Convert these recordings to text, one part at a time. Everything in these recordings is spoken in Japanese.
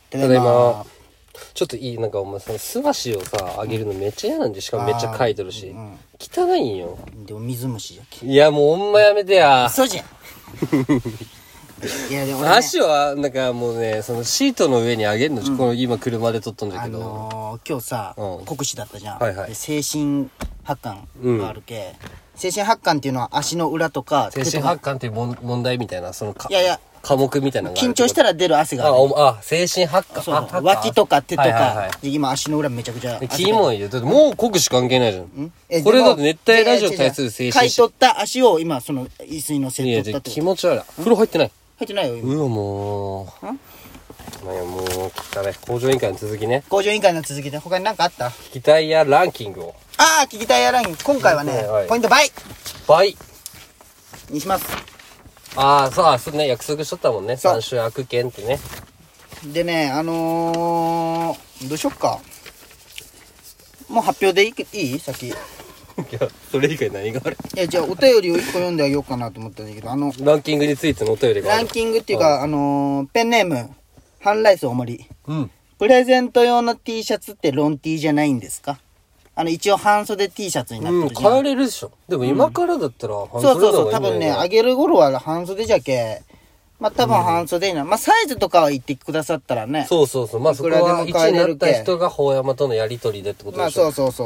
ただいま。ちょっといい、なんかお前その素足をさ、あげるのめっちゃ嫌なんで、しかもめっちゃ書いてるし。汚いんよ。 でも水虫やけ。 いや、もうほんまやめてや。 嘘じゃん。いやでも、ね、 足は、なんかもうね、そのシートの上にあげるの、この今車で撮っとんだけど。 今日さ、 うん国試だったじゃん。 はいはいで精神発汗があるけ、精神発汗っていうのは足の裏とか精神発汗っていう問題みたいな、そのいやいや科目みたいなのがある緊張したら出る汗がある。 精神発汗。 そう脇とか手とか、 はいはいはいで今足の裏めちゃくちゃ汗がキモいよ。だってもう国試関係ないじゃん。これでもだって熱帯ラジオに対する精神買い取った足を今その椅子に乗せいや、 て取ったって気持ち悪い。風呂入ってない。 入ってないよ今。 うわ、もう。まあいや、もう、聞たね。工場委員会の続きね。 工場委員会の続きで他に何かあった？ 聞きたいやランキングを。 聞きたいやライン今回はね、 はいポイント倍倍。 にします。 そうね、約束しとったもんね。 そう 3週悪券ってね。 でねどうしよっか。もう発表でいい先。いいや、それ以外何がある？ やじゃあお便りを1個読んであげようかなと思ったんだけどランキングについてのお便りがある。 ランキングっていうか、ペンネームハンライス大盛り。 うん。 プレゼント用の T シャツってロン T じゃないんですか？一応半袖 T シャツになってるじゃん。 変えれるでしょ。でも今からだったら半そうそうそう、 袖の方がいいんだよ多分ね、あげる頃は半袖じゃけ。まあ、多分半袖になる。まあ、サイズとかは言ってくださったらね。 そうそうそう。まあそこは1位になった人が法山とのやりとりでってことまあ、 でしょ。 そう、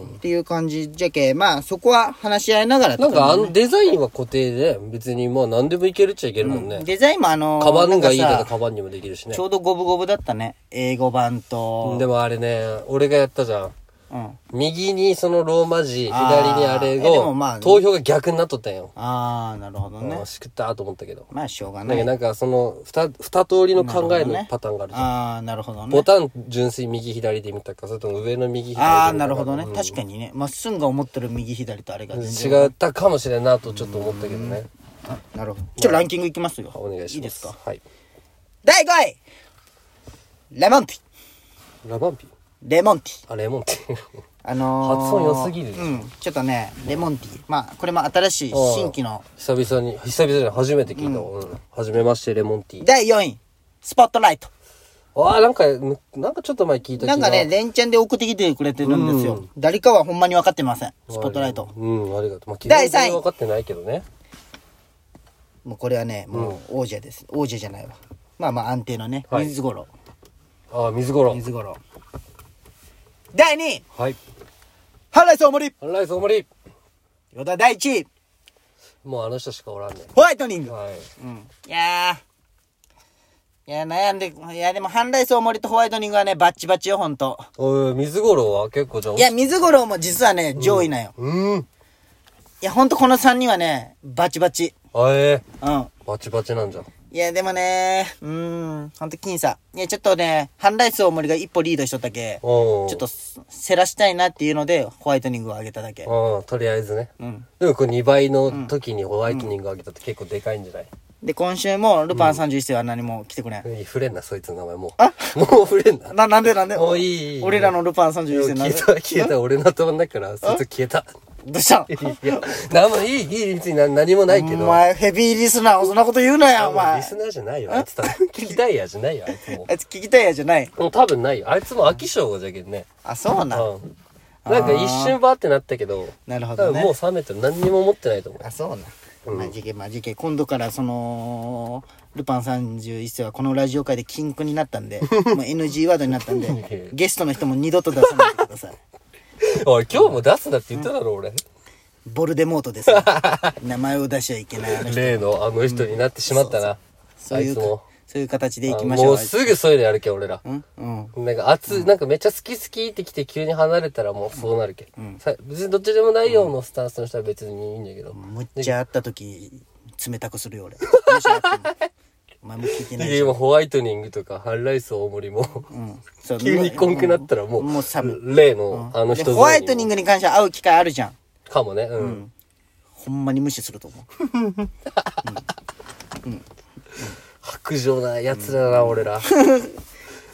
っていう感じじゃけ。まあ、そこは話し合いながらってなん感じかデザインは固定で、別にまあ何でもいけるっちゃいけるもんね。 デザインもカバンがいいだなんかさとカバンにもできるしねち。ょうど五分五分だったね。英語版と。 でもあれね、俺がやったじゃん。 うん。 右にそのローマ字、 あー左にあれでもをまあ、 投票が逆になっとったんよ。 あー、なるほどね。 しくったーと思ったけど。 まあ、しょうがない。 なんかその二通りの考えのパターンがあるじゃん。 あー、なるほどね。 ボタン純粋右左で見たか、それとも上の右左で見たか。 あー、なるほどね。確かにね。まっすんが思ってる右左とあれが全然。 違ったかもしれんなとちょっと思ったけどね。 なるほど。ランキングいきますよ。 お願いします。 いいですか？ はい。 第5位レモンティ。 ラバンピレモンティ。 あ、レモンって。 発発音良すぎるちょっとね、レモンティー。まあ、これも新しい新規の。 久々に初めて聞いた。初めまして、レモンティー。 第4位、スポットライト。 なんかちょっと前聞いた気が。 なんかね、連チャンで送ってきてくれてるんですよ。誰かはほんまに分かってません。スポットライト。 ありがとう。まあ、 第3位分かってないけどね。 もうこれはね、もう王者です。王者じゃないわ。まあまあ安定のね、 はい水五郎。 水五郎。 水五郎。第2位、 はい。 ハンライス大盛り。 ハンライス大盛り。 ヨダ第1位、 もうあの人しかおらんねん。 ホワイトニング。 はい。 いや悩んで、いやでもハンライス大盛りとホワイトニングはね、バッチバチよ、ほんと。 水五郎は結構じゃあ。 いや、水五郎も実はね、上位なんよ。いや、ほんとこの3人はね、バチバチ。 バチバチなんじゃん。 いや、でもね、ほんと僅差。いや、ちょっとね、ハンライス大盛りが一歩リードしとったけ、ちょっと、せらしたいなっていうので、ホワイトニングを上げただけ。 とりあえずね。でもこれ2倍の時にホワイトニング上げたって結構でかいんじゃない？ で、今週も、ルパン31世は何も来てくれん。 触れんな、そいつの名前もう。もう触れんな。 なんでもういい。 俺らのルパン31世なんで消えた、俺の頭の中から、そいつ消えた。 どうしたん？ いや、なんもいい、別に何もないけど。 お前、ヘビーリスナーをそんなこと言うなよ、お前。 リスナーじゃないよ、あいつ多分。聞きたいやじゃないよ、あいつも。 あいつ聞きたいやじゃない。 もう多分ないよ。あいつも飽き性じゃけんね。 あ、そうなん。 なんか一瞬バーってなったけど、 なるほどね。 もう冷めて何にも思ってないと思う。 あ、そうなん。マジけ。今度からルパン31世はこのラジオ界で禁句になったんで、もう NG ワードになったんで、ゲストの人も二度と出さないでください。 おい、今日も出すなって言っただろ、俺。 ボルデモートです。名前を出しちゃいけない。 例のあの人になってしまったな。あいつも。 そういう形でいきましょう。 もうすぐそういうのやるけ、俺ら。なんかなんかめっちゃ好きってきて急に離れたらもうそうなるけ。別にどっちでもないよのスタンスの人は別にいいんだけど。 むっちゃ会った時、冷たくするよ、俺。もし会ってもお前も聞いてないし。 今ホワイトニングとかハンライス大盛りも、急にこんくなったらもう、例のあの人ホワイトニングに関しては会う機会あるじゃん。 かもね。 ほんまに無視すると思う。 白状なやつだな、俺ら。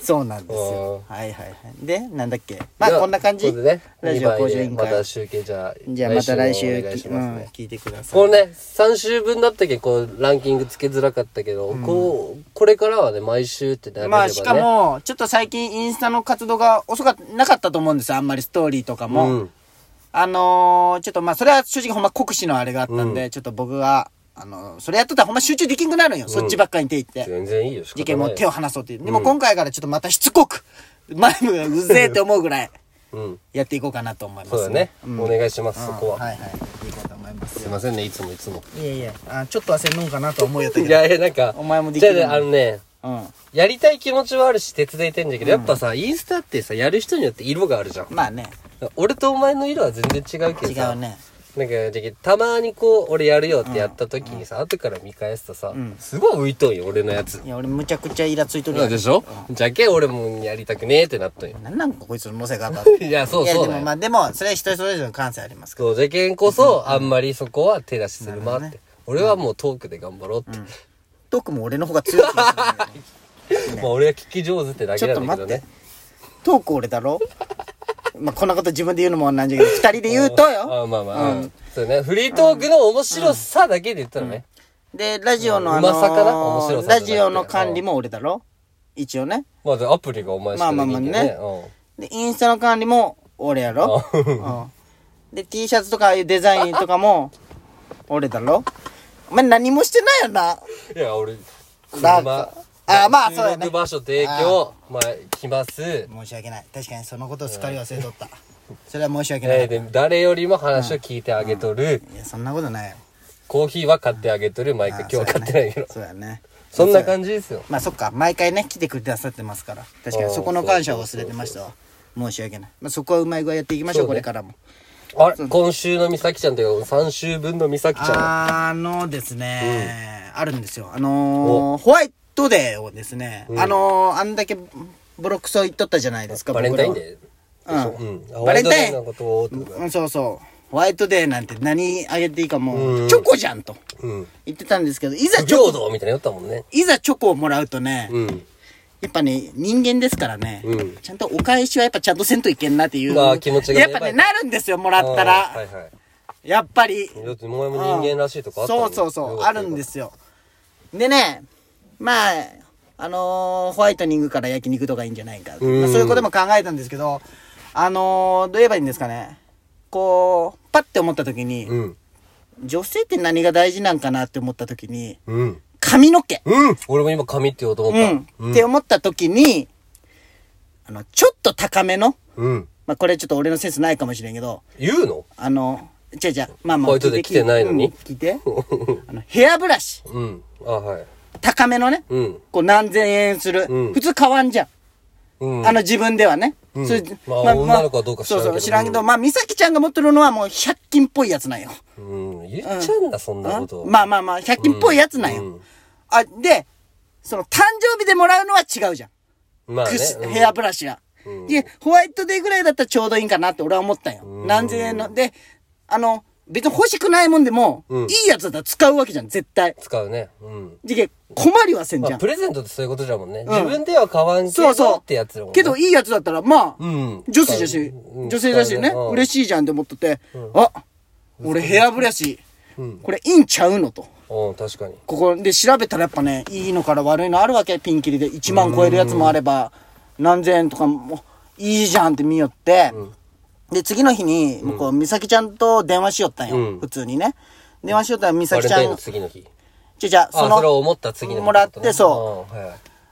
そうなんですよ。はいはいはい。で、なんだっけ。まあこんな感じ。 そうでね。 ラジオ向上委員会。 また集計じゃあまた来週お願いしますね。 聞いてください。 これね、3週分だったけど、こう、ランキングつけづらかったけど、これからはね、毎週ってなれればね。 まあしかも、ちょっと最近インスタの活動がなかったと思うんですよ。あんまりストーリーとかも。ちょっとまあそれは正直ほんま国試のあれがあったんで、ちょっと僕が、それやっとったらほんま集中できんくなるんよ。そっちばっかりに手いって。 全然いいよ、 事件も手を離そうっていう。でも今回からちょっとまたしつこく、前もうぜえって思うぐらい、やっていこうかなと思います。 そうだね。お願いします、そこは。 はいはい。いこうと思います。 すいませんね、いつも。 いやいや、ちょっと焦んのんかなと思うよったけど。 いやいや、なんか、 お前もできる。 じゃあね、やりたい気持ちはあるし、手伝いたいんだけど、やっぱさ、インスタってさ、やる人によって色があるじゃん。 まあね。 俺とお前の色は全然違うけどさ。 違うね。 なんか、たまにこう、俺やるよってやった時にさ、後から見返すとさ、すごい浮いとんよ、俺のやつ。 いや、俺むちゃくちゃイラついとるやん。 でしょ、じゃけ俺もやりたくねえってなったんよ。 なんかこいつの乗せ方。 いや、そういや、でも、それは人それぞれの感性ありますから。 そう、じゃけんこそ、あんまりそこは手出しするまって。俺はもうトークで頑張ろうって。 トークも俺の方が強い気がする。 まあ俺は聞き上手ってだけなんだけどね。 トーク俺だろまあこんなこと自分で言うのもなんじゃけど、二人で言うとよ。 まあ。そうね。フリートークの面白さだけで言ったらね。 で、ラジオのラジオの管理も俺だろ一応ね。 まあアプリがお前しかできんけどね。 で、インスタの管理も俺やろで、T シャツとかああいうデザインとかも俺だろお前何もしてないよな。 いや、俺、 まあそうやね。 収録場所提供、来ます。 申し訳ない。確かにそのことをすっかり忘れとった。それは申し訳ない。 で、誰よりも話を聞いてあげとる。 いや、そんなことないよ。 コーヒーは買ってあげとる。毎回今日は買ってないけど。 そうやね。 そんな感じですよ。 まあそっか。毎回ね、来てくださってますから。確かにそこの感謝を忘れてましたわ。申し訳ない。まあそこはうまい具合やっていきましょう、これからも。 あれ今週のみさきちゃんというか、3週分のみさきちゃん。 ですね、あるんですよ。ホワイトデーをですね、あんだけボロクソ言っとったじゃないですか、 バレンタインデー。バレンタインのことを。そうそう。ホワイトデーなんて何あげていいかもう、チョコじゃんと言ってたんですけど、いざチョコ。 平等みたいな言ったもんね。 いざチョコをもらうとね、やっぱね、人間ですからね、ちゃんとお返しはやっぱちゃんとせんといけんなっていう。 気持ちがやっぱね、なるんですよ、もらったら。やっぱり。 だってお前も人間らしいとこあったもん。 そう、あるんですよ。でね、まあ、ホワイトニングから焼肉とかいいんじゃないか。そういうことも考えたんですけど、どう言えばいいんですかね。こう、パッて思った時に、女性って何が大事なんかなって思った時に、髪の毛。 俺も今髪って言おうと思った。 って思った時に、ちょっと高めの、まあこれちょっと俺のセンスないかもしれんけど、 言うのまあホワイトで来てないのに聞いて。ヘアブラシ。 はい。 高めのね。こう何千円する。普通買わんじゃん。自分ではね。 まあ女の子はどうか知らんけど。 そう知らんけど、まあ美咲ちゃんが持ってるのはもう100均っぽいやつなんよ。 言っちゃうんだ、そんなこと。 まあ100均っぽいやつなんよ。で、その誕生日でもらうのは違うじゃん。 まあね。 ヘアブラシは。で、ホワイトデーぐらいだったらちょうどいいんかなって俺は思ったんよ。何千円の。で、別に欲しくないもんでも、いいやつだったら使うわけじゃん、絶対。 使うね。 で、困りはせんじゃん。 プレゼントってそういうことじゃもんね。自分では買わんけどってやつだもんね。 けど、いいやつだったら、まあ、女性だしね、嬉しいじゃんって思っとって、俺ヘアブラシ、これいいんちゃうのと。 確かに。 ここで調べたらやっぱね、いいのから悪いのあるわけ、ピンキリで。1万超えるやつもあれば、何千円とかも、いいじゃんって見よって、で、次の日に、こう、美咲ちゃんと電話しよったんよ。普通にね。電話しよったら美咲ちゃん。 バレンタインの次の日。 それを思った次の日。 もらって、そう。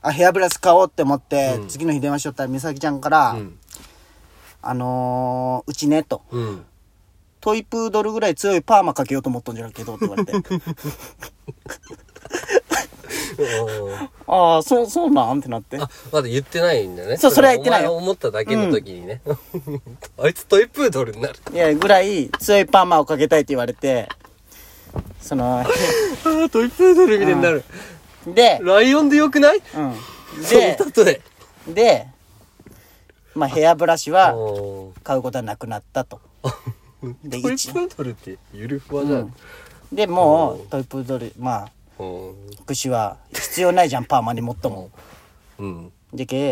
ヘアブラシ買おうって思って、次の日電話しよったら美咲ちゃんから、うちね、と。トイプードルぐらい強いパーマかけようと思ったんじゃなけどって言われて。そうなんってなって。 まだ言ってないんだね。 そう、それは言ってないよ。 思っただけの時にね。あいつトイプードルになる。 いや、ぐらい強いパーマをかけたいって言われて、トイプードルみたいになる。 で、 ライオンでよくない？ で、まあヘアブラシは買うことはなくなったと。 トイプードルってゆるふわじゃん。 で、もうトイプードル、まあ、櫛は必要ないじゃん、パーマにもっとも。でけ、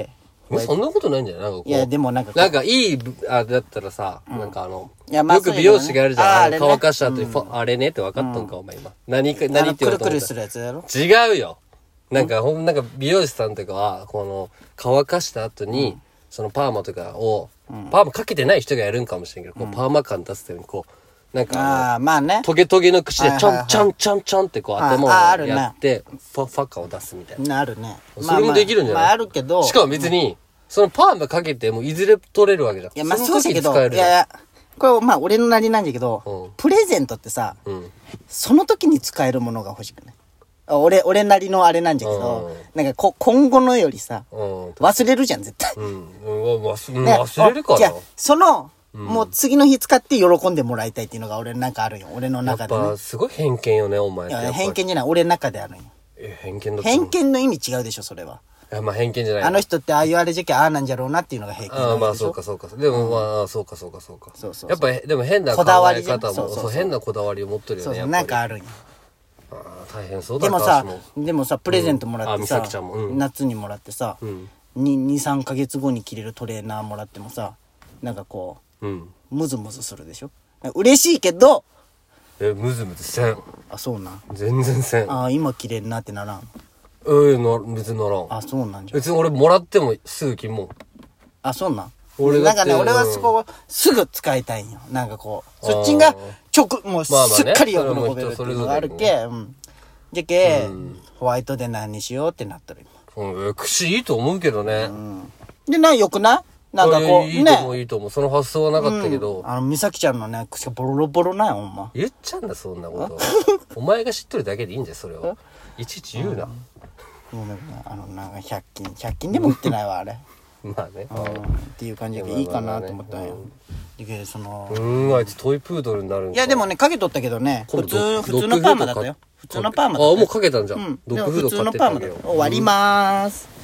そんなことないんじゃないなんかこう。 いや、でもなんかなんかいい、だったらさ、なんかいやまあよく美容師がやるじゃん。 そういうのね乾かした後に、あれねって分かったんか、お前今。何って言われたくるくるするやつやろ。 違うよ。なんか、なんか美容師さんとかは、この、乾かした後に、そのパーマとかを、パーマかけてない人がやるんかもしれんけど、こうパーマ感出すために、こう、なんかまあね。 トゲトゲの口でちょんちょんちょんちょんってこう頭をあるねやって、ファッカーを出すみたいな。 あるね。 それもできるんじゃない？ まああるけど。 しかも別に、そのパーマかけてもいずれ取れるわけじゃん。 いや、まあそうだけど、いその時使えるじゃんやいや、これまあ俺のなりなんだけど、プレゼントってさ、その時に使えるものが欲しくない？俺なりのあれなんだけど、なんか今後のよりさ、忘れるじゃん、絶対。 忘れるかな？ いや、その、もう次の日使って喜んでもらいたいっていうのが俺の中あるよ。俺の中でね。 やっぱすごい偏見よね、お前って。 いや、偏見じゃない。俺の中であるんよ。 偏見だった。 偏見の意味違うでしょ、それは。 いや、まあ偏見じゃない。 あの人ってああいうあれじゃけああなんじゃろうなっていうのが偏見ああ、まあそうかそうか。でもまあ、そうかそうかそうか。 そうそう。 やっぱ、でも変な考こだわりえ方も、 そう変なこだわりを持ってるよね。 そう、なんかあるんよ。 ああ、大変そうだでもさ、プレゼントもらってさ、夏にもらってさ、2、3ヶ月後に着れるトレーナーもらってもさ、なんかこう、ムズムズするでしょ？嬉しいけど、 ムズムズせん。 あ、そうなん。 全然せん。 ああ、今着れんなってならん。 別にならん。 あ、そうなんじゃ。 別に俺もらってもすぐ着んもん。 あ、そうなん。 なんかね、俺はそこ、すぐ使いたいんよ。なんかこう、そっちが、もう、すっかり喜べるっていうのがあるけ、じゃけ、ホワイトで何にしようってなったら今。串いいと思うけどね。 で、よくないなんかこう、 いいと思う、いいと思う。その発想はなかったけど。 美咲ちゃんのね、口がボロボロなんよ、ほんま。 言っちゃうんだ、そんなこと。お前が知っとるだけでいいんじゃ、それは。いちいち言うな。 もうなんか100均でも売ってないわ、あれ。 まあね。 っていう感じでいいかなと思ったんよ。 あいつトイプードルになるんか。 いや、でもね、かけとったけどね、普通のパーマだったよ。普通のパーマだったよ。 もうかけたんじゃん。 ドッグフード買ってったわけよ。終わりまーす。